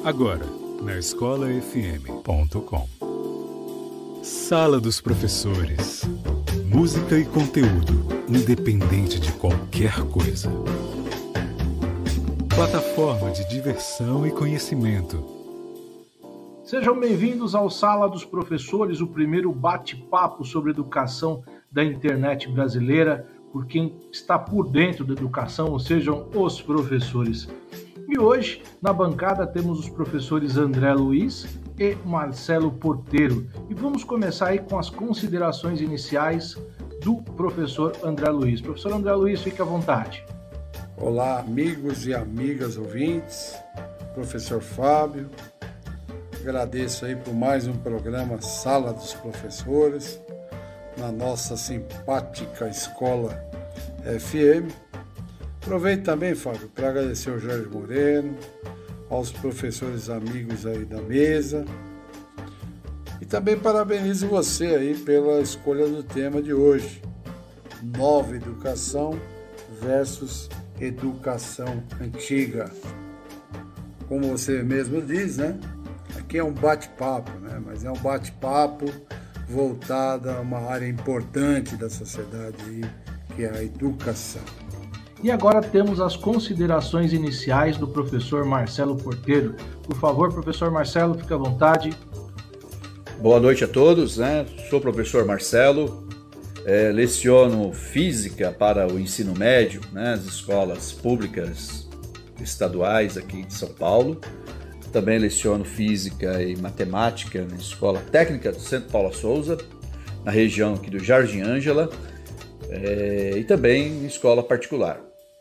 Agora, na escolafm.com. Sala dos Professores. Música e conteúdo, independente de qualquer coisa. Plataforma de diversão e conhecimento. Sejam bem-vindos ao Sala dos Professores, o primeiro bate-papo sobre educação da internet brasileira, por quem está por dentro da educação, ou sejam, os professores. E hoje, na bancada, temos os professores André Luiz e Marcelo Porteiro. E vamos começar aí com as considerações iniciais do professor André Luiz. Professor André Luiz, fique à vontade. Olá, amigos e amigas ouvintes, professor Fábio. Agradeço aí por mais um programa Sala dos Professores, na nossa simpática Escola FM. Aproveito também, Fábio, para agradecer ao Jorge Moreno, aos professores amigos aí da mesa, e também parabenizo você aí pela escolha do tema de hoje, nova educação versus educação antiga. Como você mesmo diz, né? Aqui é um bate-papo, né? Mas é um bate-papo voltado a uma área importante da sociedade aí, que é a educação. E agora temos as considerações iniciais do professor Marcelo Porteiro. Por favor, professor Marcelo, fique à vontade. Boa noite a todos, né? Sou o professor Marcelo, leciono Física para o ensino médio, né? As escolas públicas estaduais aqui de São Paulo. Também leciono Física e Matemática na Escola Técnica do Centro Paula Souza, na região aqui do Jardim Ângela, e também em escola particular.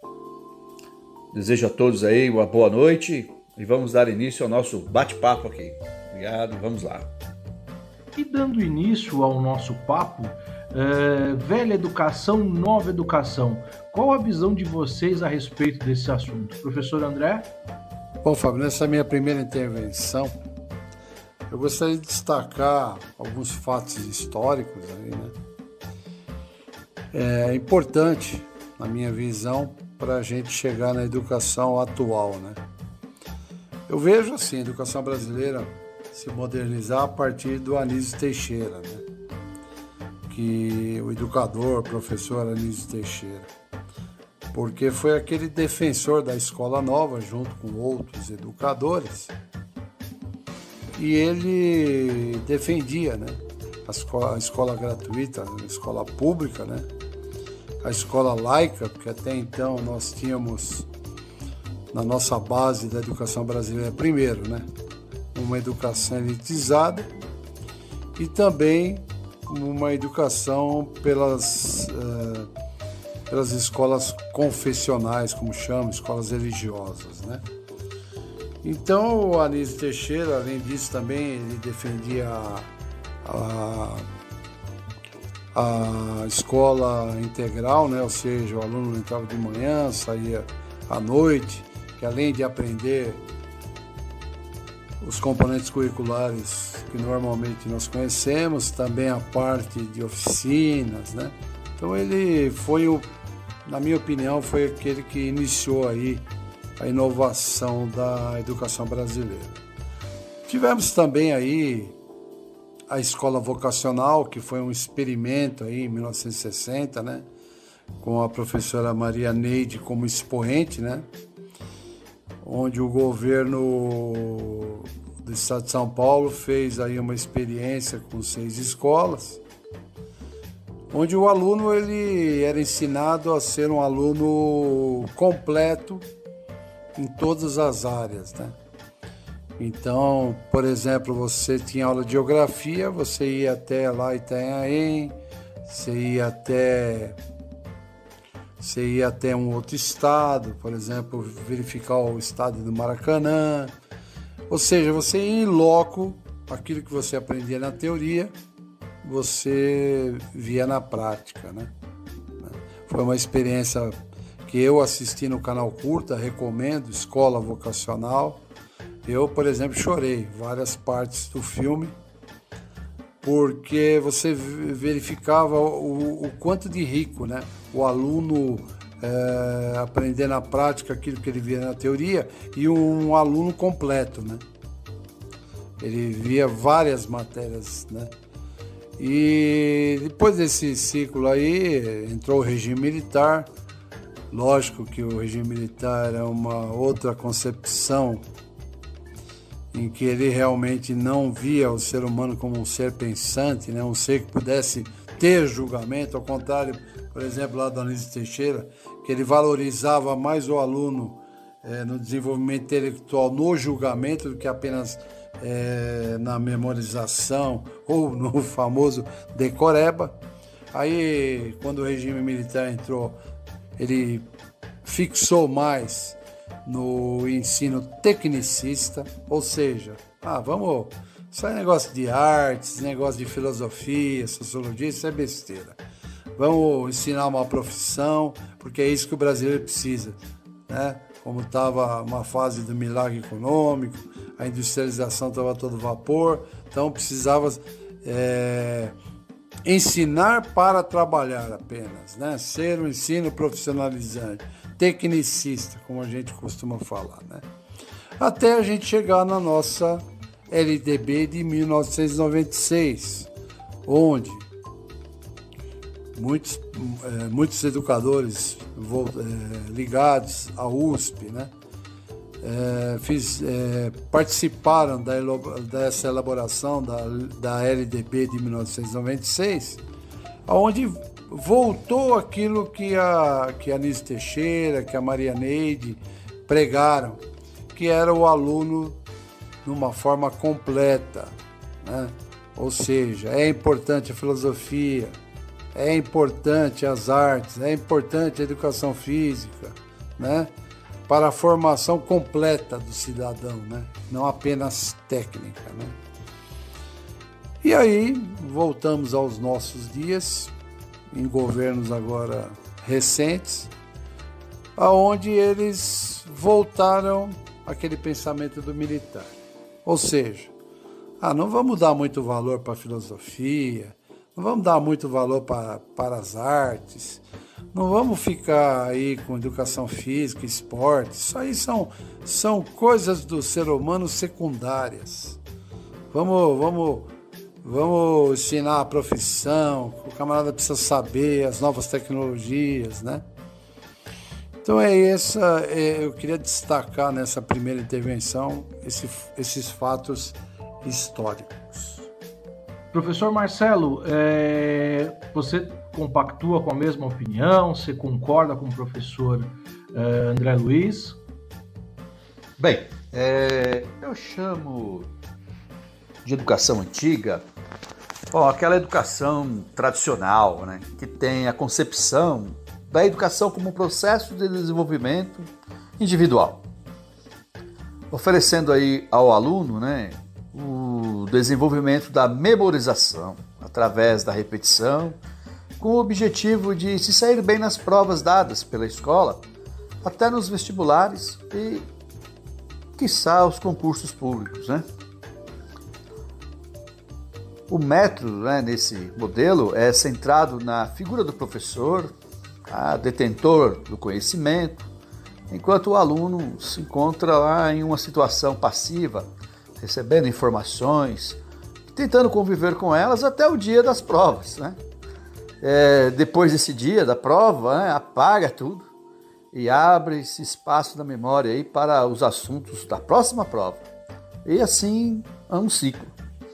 Desejo a todos aí uma boa noite e vamos dar início ao nosso bate-papo aqui. Obrigado, vamos lá. E dando início ao nosso papo, velha educação, nova educação. Qual a visão de vocês a respeito desse assunto? Professor André? Bom, Fábio, nessa minha primeira intervenção, eu gostaria de destacar alguns fatos históricos aí, né? É importante, na minha visão, para a gente chegar na educação atual, né? Eu vejo assim, a educação brasileira se modernizar a partir do Anísio Teixeira, né? Que o educador, professor Anísio Teixeira, porque foi aquele defensor da escola nova, junto com outros educadores, e ele defendia, né? A escola gratuita, a escola pública, né? A escola laica, porque até então nós tínhamos na nossa base da educação brasileira, primeiro, né, uma educação elitizada e também uma educação pelas escolas confessionais, como chamam, escolas religiosas, né? Então o Anísio Teixeira, além disso, também ele defendia a escola integral, né? Ou seja, o aluno entrava de manhã, saía à noite, que além de aprender os componentes curriculares que normalmente nós conhecemos, também a parte de oficinas, né? Então ele foi, na minha opinião, foi aquele que iniciou aí a inovação da educação brasileira. Tivemos também aí a escola vocacional, que foi um experimento aí em 1960, né? Com a professora Maria Neide como expoente, né? Onde o governo do estado de São Paulo fez aí uma experiência com 6 escolas, onde o aluno ele era ensinado a ser um aluno completo em todas as áreas, né? Então, por exemplo, você tinha aula de geografia, você ia até lá Itanhaém, você ia até um outro estado, por exemplo, verificar o estado do Maracanã. Ou seja, você ia em loco, aquilo que você aprendia na teoria, você via na prática, né? Foi uma experiência que eu assisti no canal Curta, recomendo, Escola Vocacional. Eu, por exemplo, chorei várias partes do filme, porque você verificava o quanto de rico, né? O aluno aprender na prática aquilo que ele via na teoria, e um aluno completo, né? Ele via várias matérias, né? E depois desse ciclo aí, entrou o regime militar. Lógico que o regime militar é uma outra concepção em que ele realmente não via o ser humano como um ser pensante, né? Um ser que pudesse ter julgamento, ao contrário, por exemplo, lá do Anísio Teixeira, que ele valorizava mais o aluno no desenvolvimento intelectual, no julgamento, do que apenas na memorização ou no famoso decoreba. Aí, quando o regime militar entrou, ele fixou mais no ensino tecnicista, ou seja, isso é negócio de artes, negócio de filosofia, sociologia, isso é besteira. Vamos ensinar uma profissão, porque é isso que o brasileiro precisa, né? Como estava uma fase do milagre econômico, a industrialização estava a todo vapor, então precisava ensinar para trabalhar apenas, né? Ser um ensino profissionalizante, tecnicista, como a gente costuma falar, né? Até a gente chegar na nossa LDB de 1996, onde muitos educadores ligados à USP, né, participaram dessa elaboração da LDB de 1996, onde voltou aquilo que a Anísio Teixeira, que a Maria Neide pregaram, que era o aluno numa forma completa, né? Ou seja, é importante a filosofia, é importante as artes, é importante a educação física, né? Para a formação completa do cidadão, né? Não apenas técnica, né? E aí voltamos aos nossos dias, em governos agora recentes, aonde eles voltaram àquele pensamento do militar. Ou seja, não vamos dar muito valor para a filosofia, não vamos dar muito valor para as artes, não vamos ficar aí com educação física, esporte, isso aí são coisas do ser humano secundárias. Vamos ensinar a profissão, o camarada precisa saber as novas tecnologias, né? Então eu queria destacar nessa primeira intervenção esses fatos históricos. Professor Marcelo, você compactua com a mesma opinião? Você concorda com o professor André Luiz? Bem, eu chamo de educação antiga, aquela educação tradicional, né, que tem a concepção da educação como um processo de desenvolvimento individual, oferecendo aí ao aluno, né, o desenvolvimento da memorização através da repetição, com o objetivo de se sair bem nas provas dadas pela escola, até nos vestibulares e, quiçá, os concursos públicos, né? O método, né, nesse modelo é centrado na figura do professor, detentor do conhecimento, enquanto o aluno se encontra lá em uma situação passiva, recebendo informações, tentando conviver com elas até o dia das provas, né? Depois desse dia da prova, né, apaga tudo e abre esse espaço da memória aí para os assuntos da próxima prova. E assim é um ciclo.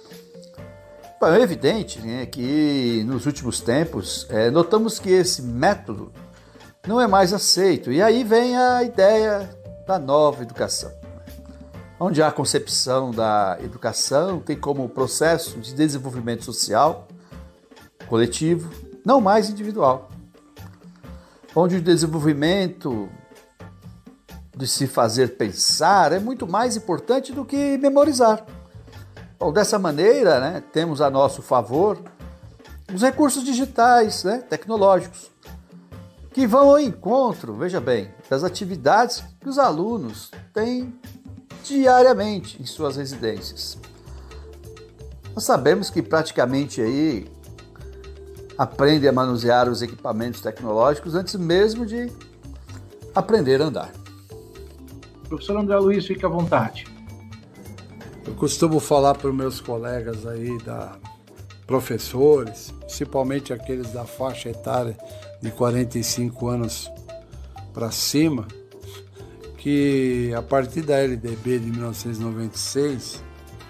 É evidente, né, que nos últimos tempos notamos que esse método não é mais aceito. E aí vem a ideia da nova educação, onde a concepção da educação tem como processo de desenvolvimento social, coletivo, não mais individual. Onde o desenvolvimento de se fazer pensar é muito mais importante do que memorizar. Bom, dessa maneira, né, temos a nosso favor os recursos digitais, né, tecnológicos, que vão ao encontro, veja bem, das atividades que os alunos têm diariamente em suas residências. Nós sabemos que praticamente aí aprendem a manusear os equipamentos tecnológicos antes mesmo de aprender a andar. Professor André Luiz, fique à vontade. Eu costumo falar para os meus colegas aí, professores, principalmente aqueles da faixa etária de 45 anos para cima, que a partir da LDB de 1996,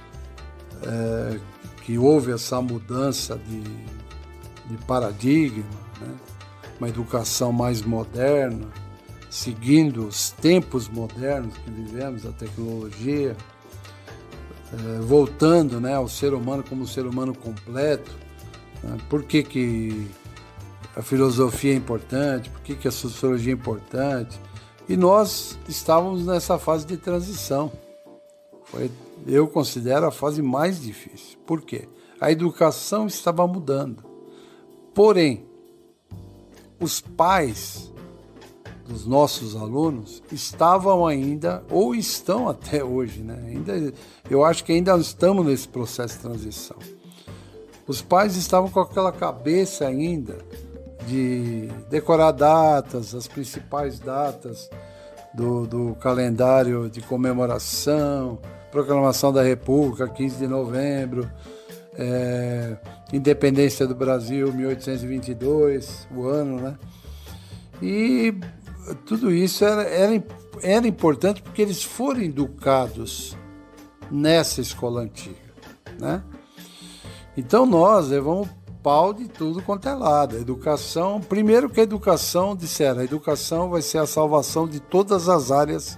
que houve essa mudança de paradigma, né? Uma educação mais moderna, seguindo os tempos modernos que vivemos, a tecnologia, voltando, né, ao ser humano como um ser humano completo. Né? Por que a filosofia é importante? Por que a sociologia é importante? E nós estávamos nessa fase de transição. Eu considero a fase mais difícil. Por quê? A educação estava mudando. Porém, os pais dos nossos alunos estavam ainda, ou estão até hoje, né? Eu acho que ainda estamos nesse processo de transição. Os pais estavam com aquela cabeça ainda de decorar datas, as principais datas do calendário de comemoração, Proclamação da República, 15 de novembro, Independência do Brasil, 1822, o ano, né? E tudo isso era importante porque eles foram educados nessa escola antiga, né? Então nós levamos pau de tudo quanto é lado. A educação, primeiro que a educação, disseram, a educação vai ser a salvação de todas as áreas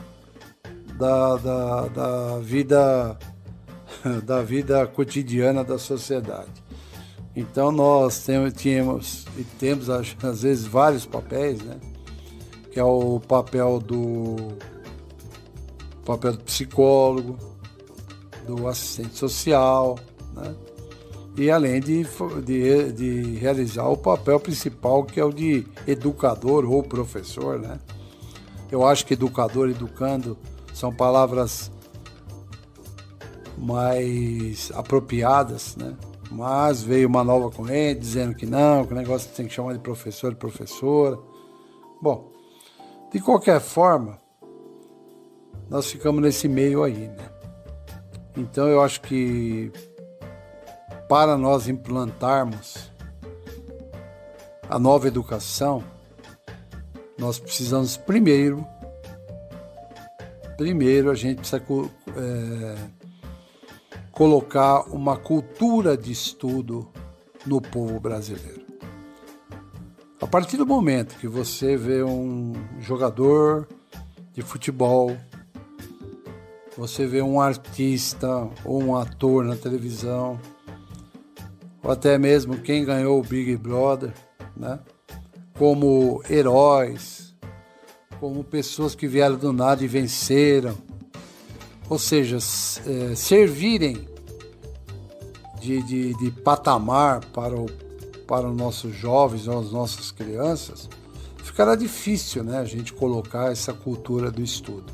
da vida cotidiana da sociedade. Então nós tínhamos e temos às vezes vários papéis, né? Que é o papel do psicólogo, do assistente social, né? E além de realizar o papel principal, que é o de educador ou professor, né? Eu acho que educador e educando são palavras mais apropriadas, né? Mas veio uma nova corrente dizendo que não, que o negócio tem que chamar de professor e professora. Bom, de qualquer forma, nós ficamos nesse meio aí, né? Então eu acho que para nós implantarmos a nova educação, nós precisamos primeiro a gente precisa colocar uma cultura de estudo no povo brasileiro. A partir do momento que você vê um jogador de futebol, você vê um artista ou um ator na televisão, ou até mesmo quem ganhou o Big Brother, né? Como heróis, como pessoas que vieram do nada e venceram, ou seja, servirem de patamar para os nossos jovens ou as nossas crianças, ficará difícil, né, a gente colocar essa cultura do estudo.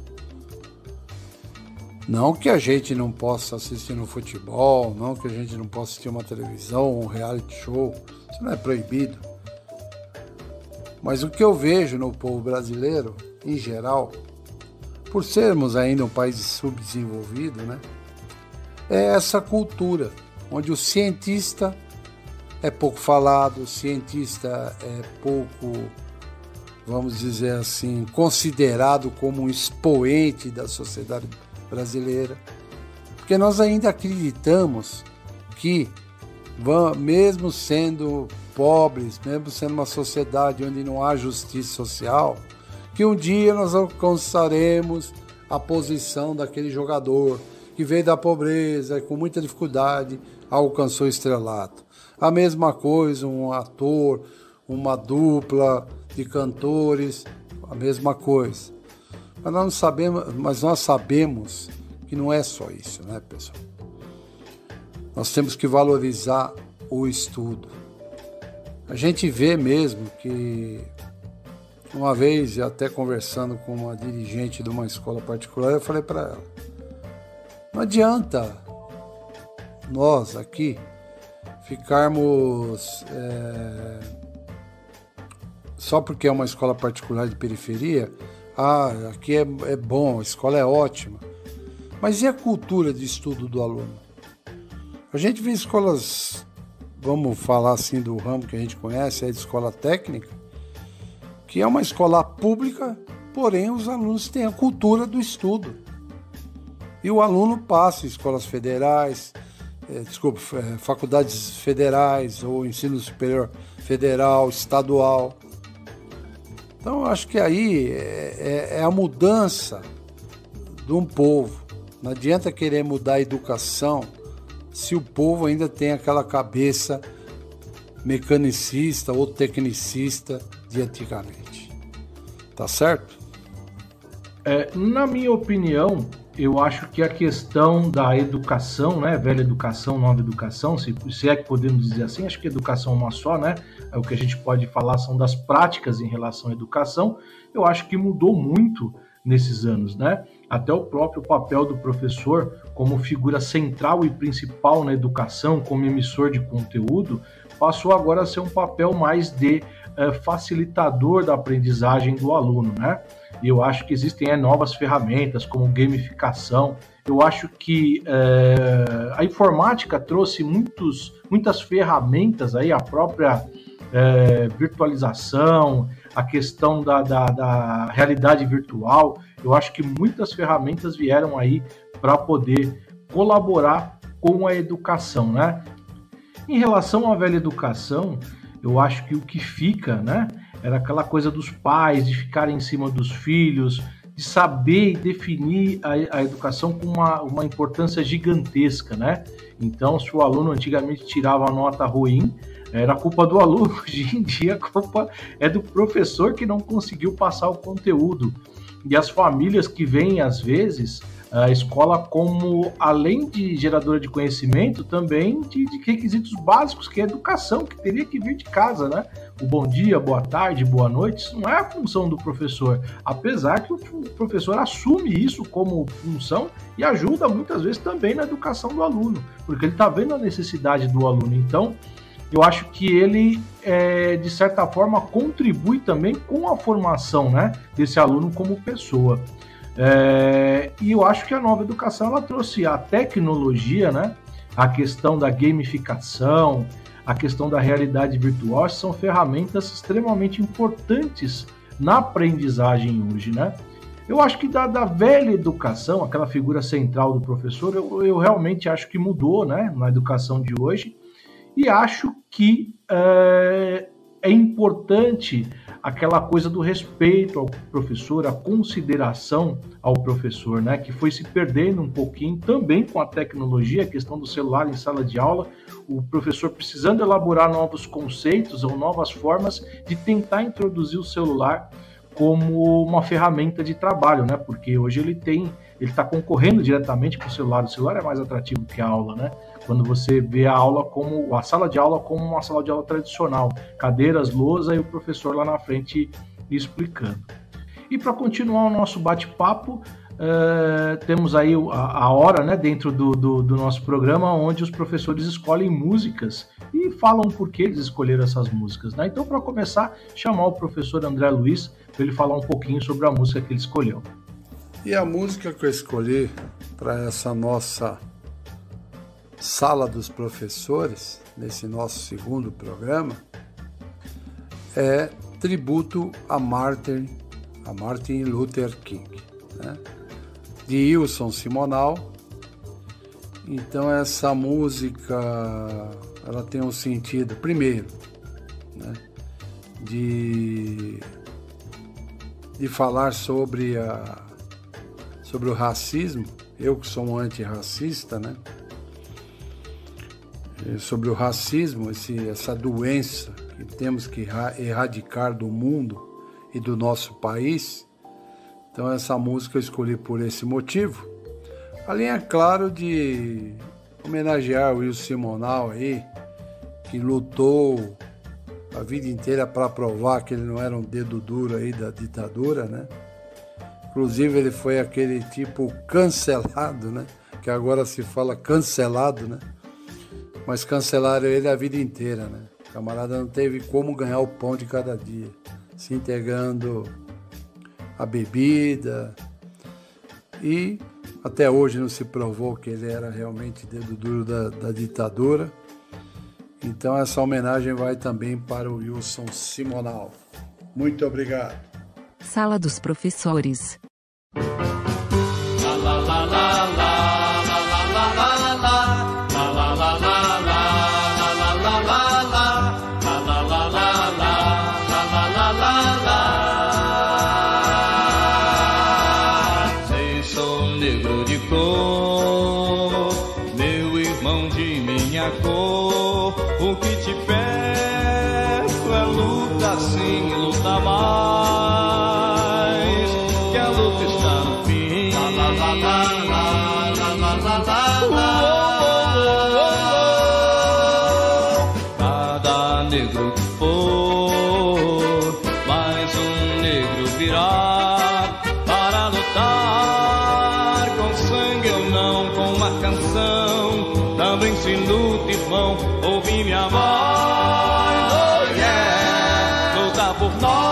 Não que a gente não possa assistir no futebol, não que a gente não possa assistir uma televisão, um reality show, isso não é proibido. Mas o que eu vejo no povo brasileiro, em geral, por sermos ainda um país subdesenvolvido, né, é essa cultura, onde o cientista é pouco falado, o cientista é pouco, vamos dizer assim, considerado como um expoente da sociedade brasileira, porque nós ainda acreditamos que, mesmo sendo pobres, mesmo sendo uma sociedade onde não há justiça social, que um dia nós alcançaremos a posição daquele jogador que veio da pobreza e com muita dificuldade alcançou o estrelato. A mesma coisa, um ator, uma dupla de cantores, a mesma coisa. Mas nós sabemos que não é só isso, né, pessoal? Nós temos que valorizar o estudo. A gente vê mesmo que, uma vez, até conversando com uma dirigente de uma escola particular, eu falei para ela, não adianta nós aqui ficarmos só porque é uma escola particular de periferia, aqui é bom, a escola é ótima. Mas e a cultura de estudo do aluno? A gente vê escolas, vamos falar assim do ramo que a gente conhece, é de escola técnica, que é uma escola pública, porém os alunos têm a cultura do estudo. E o aluno passa em escolas federais, faculdades federais ou ensino superior federal, estadual. Então eu acho que aí é a mudança de um povo. Não adianta querer mudar a educação se o povo ainda tem aquela cabeça mecanicista ou tecnicista de antigamente. Tá certo? Na minha opinião, eu acho que a questão da educação, né, velha educação, nova educação, se é que podemos dizer assim, acho que educação é uma só, né? O que a gente pode falar são das práticas em relação à educação. Eu acho que mudou muito nesses anos, né? Até o próprio papel do professor como figura central e principal na educação, como emissor de conteúdo, passou agora a ser um papel mais de facilitador da aprendizagem do aluno, né? E eu acho que existem novas ferramentas como gamificação. Eu acho que a informática trouxe muitas ferramentas aí, a própria virtualização, a questão da realidade virtual. Eu acho que muitas ferramentas vieram aí para poder colaborar com a educação, né? Em relação à velha educação, eu acho que o que fica, né, era aquela coisa dos pais, de ficar em cima dos filhos, de saber e definir a educação com uma importância gigantesca, né? Então, se o aluno antigamente tirava a nota ruim, era culpa do aluno. Hoje em dia, a culpa é do professor que não conseguiu passar o conteúdo. E as famílias que veem, às vezes, a escola como, além de geradora de conhecimento, também de requisitos básicos, que é a educação, que teria que vir de casa, né? O bom dia, boa tarde, boa noite, isso não é a função do professor, apesar que o professor assume isso como função e ajuda muitas vezes também na educação do aluno, porque ele está vendo a necessidade do aluno. Então, eu acho que ele, de certa forma, contribui também com a formação, né, desse aluno como pessoa. E eu acho que a nova educação ela trouxe a tecnologia, né, a questão da gamificação, a questão da realidade virtual, são ferramentas extremamente importantes na aprendizagem hoje, né? Eu acho que da velha educação, aquela figura central do professor, eu realmente acho que mudou, né, na educação de hoje, e acho que é importante aquela coisa do respeito ao professor, a consideração ao professor, né, que foi se perdendo um pouquinho também com a tecnologia, a questão do celular em sala de aula, o professor precisando elaborar novos conceitos ou novas formas de tentar introduzir o celular como uma ferramenta de trabalho, né, porque hoje ele está concorrendo diretamente com o celular é mais atrativo que a aula, né? Quando você vê a sala de aula como uma sala de aula tradicional, cadeiras, lousa e o professor lá na frente explicando. E para continuar o nosso bate-papo, temos aí a hora, né, dentro do nosso programa, onde os professores escolhem músicas e falam por que eles escolheram essas músicas, né? Então, para começar, chamar o professor André Luiz para ele falar um pouquinho sobre a música que ele escolheu. E a música que eu escolhi para essa nossa Sala dos Professores, nesse nosso segundo programa, é tributo a Martin Luther King, né? De Wilson Simonal. Então essa música ela tem um sentido, primeiro, né, de falar sobre o racismo. Eu que sou um antirracista, né? Sobre o racismo, essa doença que temos que erradicar do mundo e do nosso país. Então essa música eu escolhi por esse motivo. Além, é claro, de homenagear o Wilson Simonal aí, que lutou a vida inteira para provar que ele não era um dedo duro aí da ditadura, né? Inclusive ele foi aquele tipo cancelado, né? Que agora se fala cancelado, né? Mas cancelaram ele a vida inteira, né? O camarada não teve como ganhar o pão de cada dia, se entregando a bebida. E Até hoje não se provou que ele era realmente dedo duro da ditadura. Então essa homenagem vai também para o Wilson Simonal. Muito obrigado. Sala dos Professores. Ouvi minha voz, oh yeah, luta por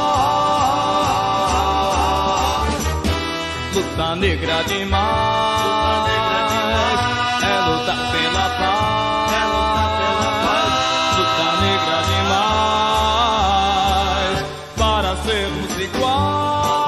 nós, luta negra demais, é lutar pela paz, luta negra demais, para sermos iguais.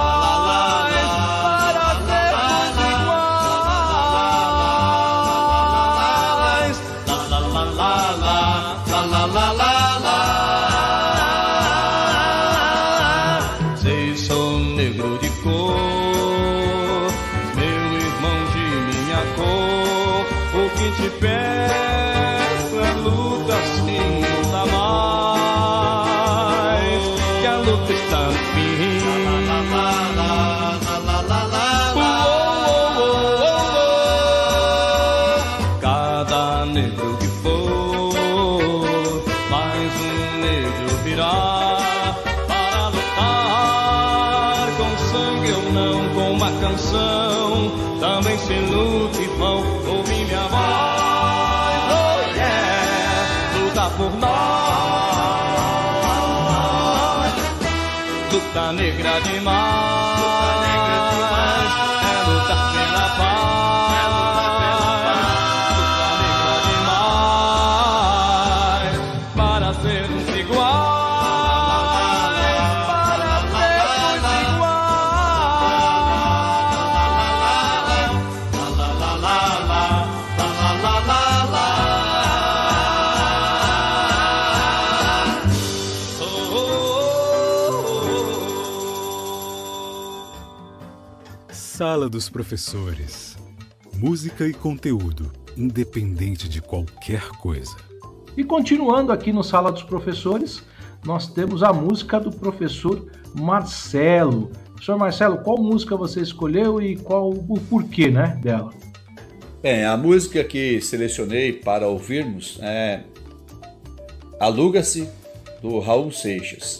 Também se luta e vão ouvir minha voz, oh yeah, luta por nós, luta negra demais, é lutar pela paz, luta negra demais, para sermos iguais. Sala dos Professores. Música e conteúdo, independente de qualquer coisa. E continuando aqui no Sala dos Professores, nós temos a música do professor Marcelo. Professor Marcelo, qual música você escolheu e qual o porquê, né, dela? Bem, a música que selecionei para ouvirmos é Aluga-se, do Raul Seixas.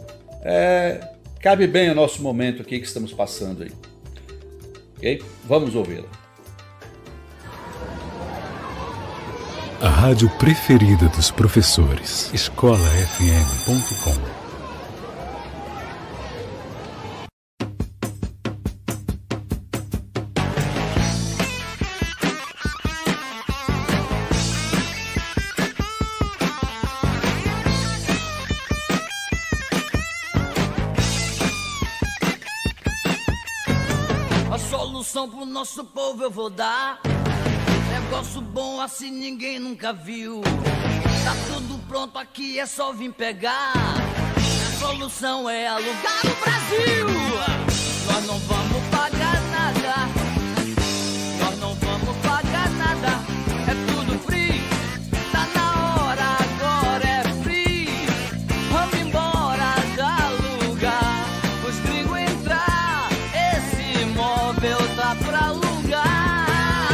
Cabe bem ao nosso momento aqui que estamos passando aí. Ok? Vamos ouvi-la. A rádio preferida dos professores. escolafm.com. Pro nosso povo eu vou dar negócio bom assim ninguém nunca viu. Tá tudo pronto aqui, é só vir pegar. A solução é alugar o Brasil. Nós não vamos pagar nada, nós não vamos pagar nada. É tudo free, tá na hora, agora é free. Vamos embora da alugar, os gringos entrar, esse imóvel tá pra alugar.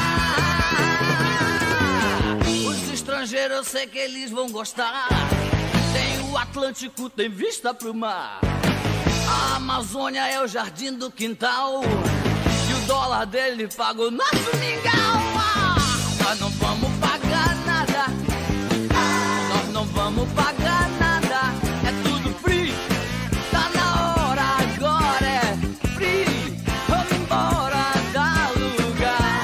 Os estrangeiros eu sei que eles vão gostar. Tem o Atlântico, tem vista pro mar. A Amazônia é o jardim do quintal, e o dólar dele paga o nosso mingau. Nós não vamos pagar nada, nós não vamos pagar nada. É tudo free, tá na hora, agora é free. Vamos embora da lugar,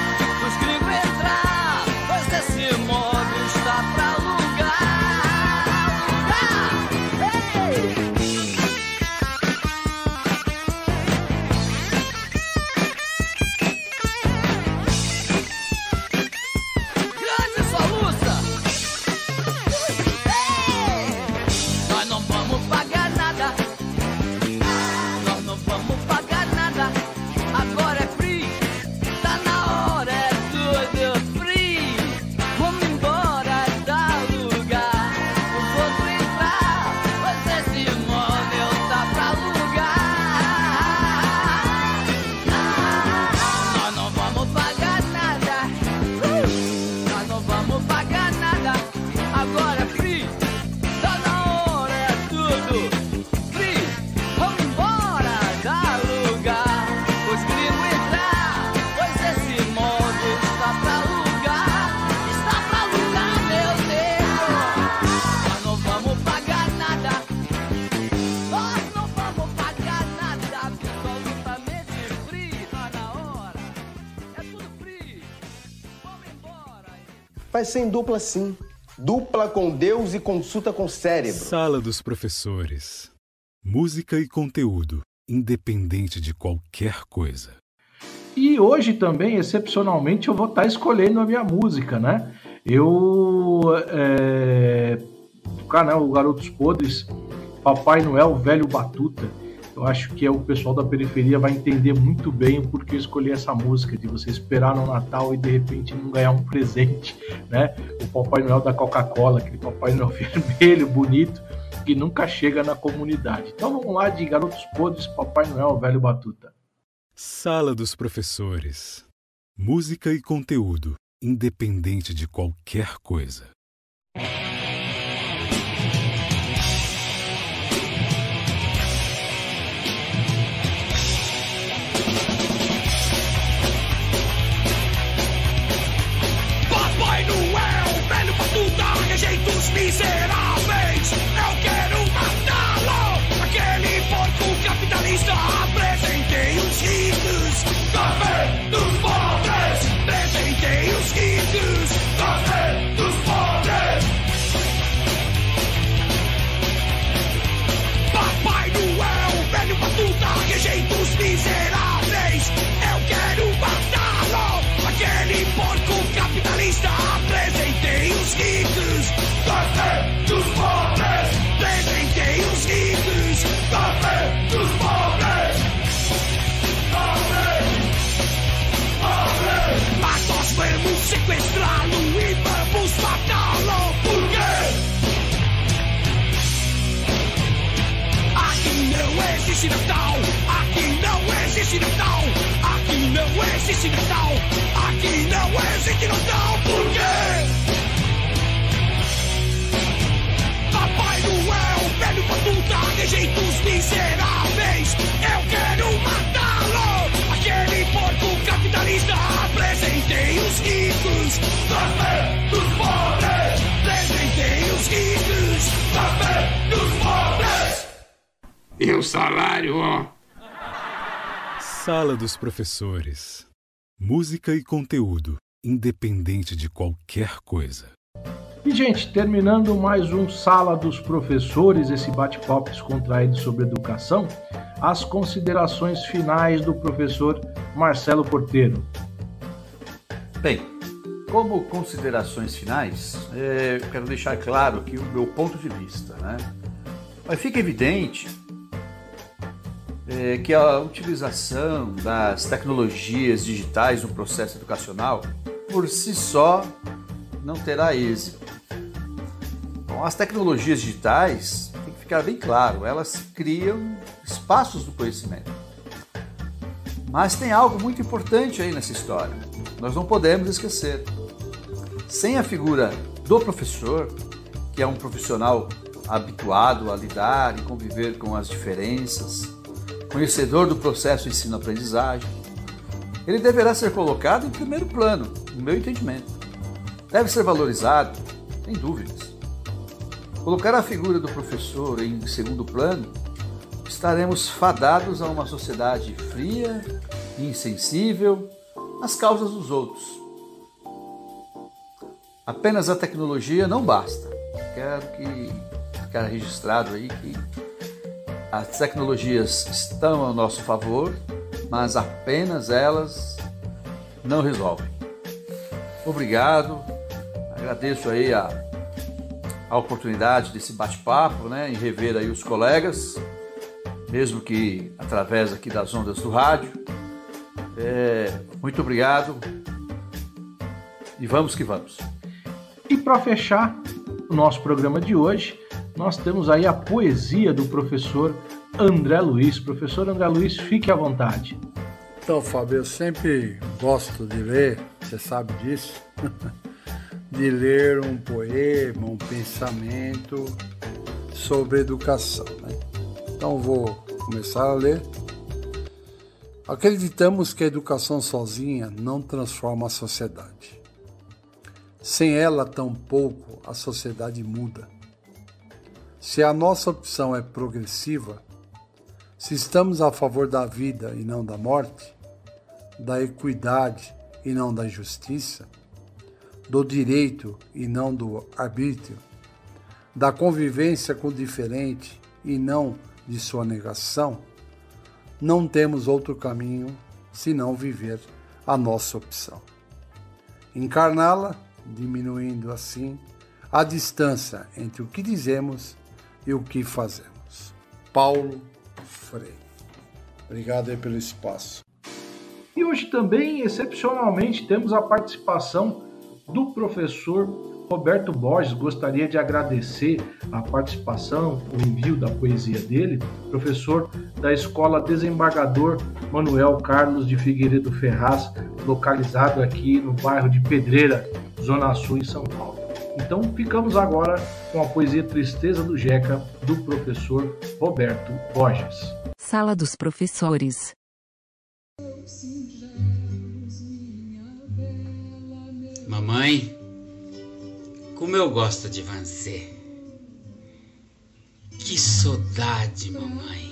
Faz ser em dupla sim. Dupla com Deus e consulta com o cérebro. Sala dos Professores. Música e conteúdo, independente de qualquer coisa. E hoje também, excepcionalmente, eu vou estar escolhendo a minha música, né? O Garotos Podres, Papai Noel, Velho Batuta. Eu acho que o pessoal da periferia vai entender muito bem o porquê eu escolhi essa música, de você esperar no Natal e de repente não ganhar um presente, né? O Papai Noel da Coca-Cola, aquele Papai Noel vermelho, bonito, que nunca chega na comunidade. Então vamos lá de Garotos Podres, Papai Noel, Velho Batuta. Sala dos Professores. Música e conteúdo, independente de qualquer coisa. Papai Noel, velho batuta, rejeitos miseráveis. Eu quero matá-lo, aquele porco capitalista. Apresentei os ricos, café dos pobres. Apresentei os ricos, café dos pobres. Papai Noel, velho batuta, rejeitos miseráveis. Eu quero matá-lo, aquele porco capitalista. Apresentei os ricos, café dos pobres. Apresentei os ricos, café dos pobres. Mas nós vamos sequestrá-lo e vamos matá-lo. Por quê? Aqui não existe Natal. Aqui não existe Natal. Aqui não existe Natal. Aqui não existe Natal. Por quê? Papai Noel, velho batuta, rejeitos miseráveis. Eu quero matá-lo, aquele porco capitalista. Apresentei os ricos, café dos pobres. Apresentei os ricos, café dos pobres. E o salário, ó. Sala dos Professores. Música e conteúdo, independente de qualquer coisa. E, gente, terminando mais um Sala dos Professores, esse bate-papo descontraído sobre educação, as considerações finais do professor Marcelo Porteiro. Bem, como considerações finais, eu quero deixar claro aqui o meu ponto de vista, né? Mas fica evidente que a utilização das tecnologias digitais no processo educacional, por si só, não terá êxito. Bom, as tecnologias digitais, tem que ficar bem claro, elas criam espaços do conhecimento. Mas tem algo muito importante aí nessa história. Nós não podemos esquecer. Sem a figura do professor, que é um profissional habituado a lidar e conviver com as diferenças, conhecedor do processo ensino-aprendizagem, ele deverá ser colocado em primeiro plano, no meu entendimento. Deve ser valorizado, sem dúvidas. Colocar a figura do professor em segundo plano, estaremos fadados a uma sociedade fria e insensível às causas dos outros. Apenas a tecnologia não basta. Quero ficar registrado aí que as tecnologias estão ao nosso favor, mas apenas elas não resolvem. Obrigado, agradeço aí a oportunidade desse bate-papo, né, em rever aí os colegas, mesmo que através aqui das ondas do rádio. Muito obrigado e vamos que vamos. E para fechar o nosso programa de hoje, nós temos aí a poesia do professor André Luiz. Professor André Luiz, fique à vontade. Então, Fábio, eu sempre gosto de ler, você sabe disso, de ler um poema, um pensamento sobre educação, né? Então, vou começar a ler. Acreditamos que a educação sozinha não transforma a sociedade. Sem ela, tampouco a sociedade muda. Se a nossa opção é progressiva, se estamos a favor da vida e não da morte, da equidade e não da justiça, do direito e não do arbítrio, da convivência com o diferente e não de sua negação, não temos outro caminho senão viver a nossa opção. Encarná-la, diminuindo assim a distância entre o que dizemos e o que fazemos. Paulo Freire. Obrigado aí pelo espaço. E hoje também, excepcionalmente, temos a participação do professor Roberto Borges. Gostaria de agradecer a participação, o envio da poesia dele, professor da Escola Desembargador Manuel Carlos de Figueiredo Ferraz, localizado aqui no bairro de Pedreira, Zona Sul, em São Paulo. Então, ficamos agora com a poesia Tristeza do Jeca, do professor Roberto Borges. Sala dos Professores. Mamãe, como eu gosto de você. Que saudade, mamãe,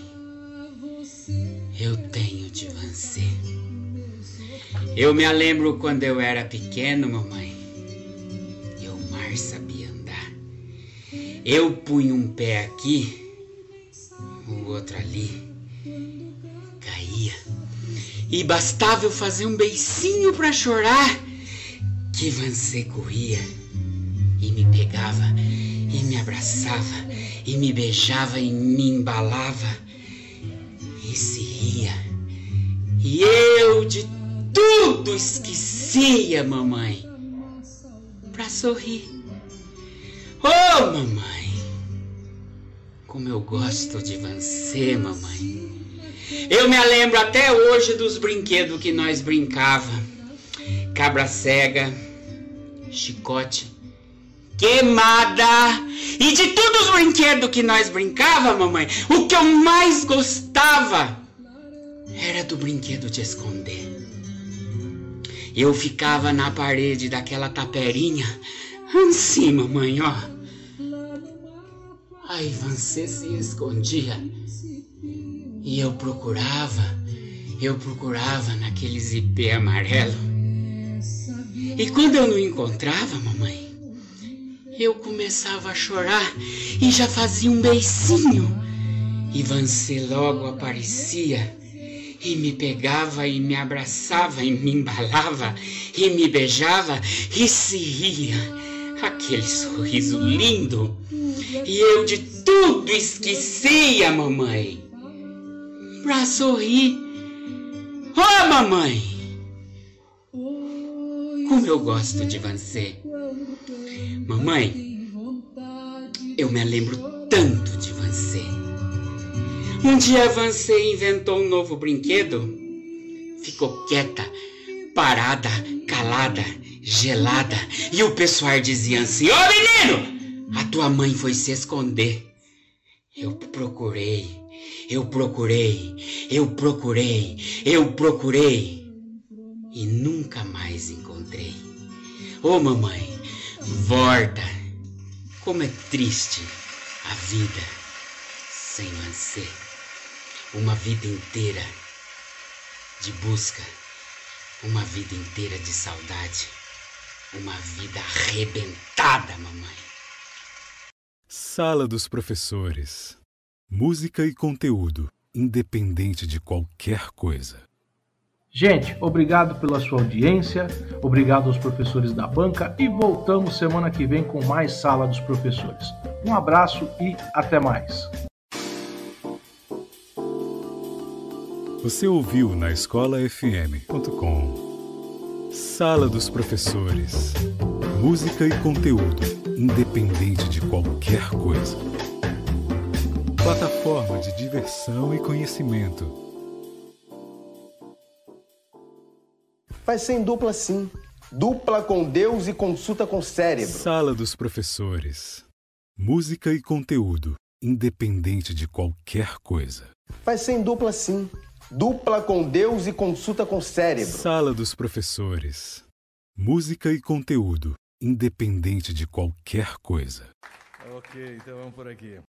eu tenho de você. Eu me lembro quando eu era pequeno, mamãe. Eu mal sabia andar. Eu punha um pé aqui, o outro ali, caía. E bastava eu fazer um beicinho pra chorar, que você corria e me pegava e me abraçava e me beijava e me embalava e se ria. E eu de tudo esquecia, mamãe, pra sorrir. Oh, mamãe, como eu gosto de você, mamãe. Eu me lembro até hoje dos brinquedos que nós brincava. Cabra cega, chicote, queimada. E de todos os brinquedos que nós brincava, mamãe, o que eu mais gostava era do brinquedo de esconder. Eu ficava na parede daquela taperinha, assim, mamãe, ó. Aí você se escondia. E eu procurava naqueles ipê amarelo. E quando eu não encontrava, mamãe, eu começava a chorar e já fazia um beicinho. E você logo aparecia e me pegava e me abraçava e me embalava e me beijava e se ria. Aquele sorriso lindo. E eu de tudo esquecia, mamãe, pra sorrir. Oh, mamãe, como eu gosto de você. Mamãe, eu me lembro tanto de você. Um dia você inventou um novo brinquedo. Ficou quieta, parada, calada, gelada. E o pessoal dizia assim: ô menino, a tua mãe foi se esconder. Eu procurei e nunca mais encontrei. Ô mamãe, volta, como é triste a vida sem você. Uma vida inteira de busca, uma vida inteira de saudade, uma vida arrebentada, mamãe. Sala dos Professores. Música e conteúdo, independente de qualquer coisa. Gente, obrigado pela sua audiência, obrigado aos professores da banca e voltamos semana que vem com mais Sala dos Professores. Um abraço e até mais. Você ouviu na escolafm.com. Sala dos Professores. Música e conteúdo, independente de qualquer coisa. Plataforma de diversão e conhecimento. Vai ser em dupla sim. Dupla com Deus e consulta com o cérebro. Sala dos Professores. Música e conteúdo, independente de qualquer coisa. Vai ser em dupla sim. Dupla com Deus e consulta com o cérebro. Sala dos Professores. Música e conteúdo, independente de qualquer coisa. Ok, então vamos por aqui.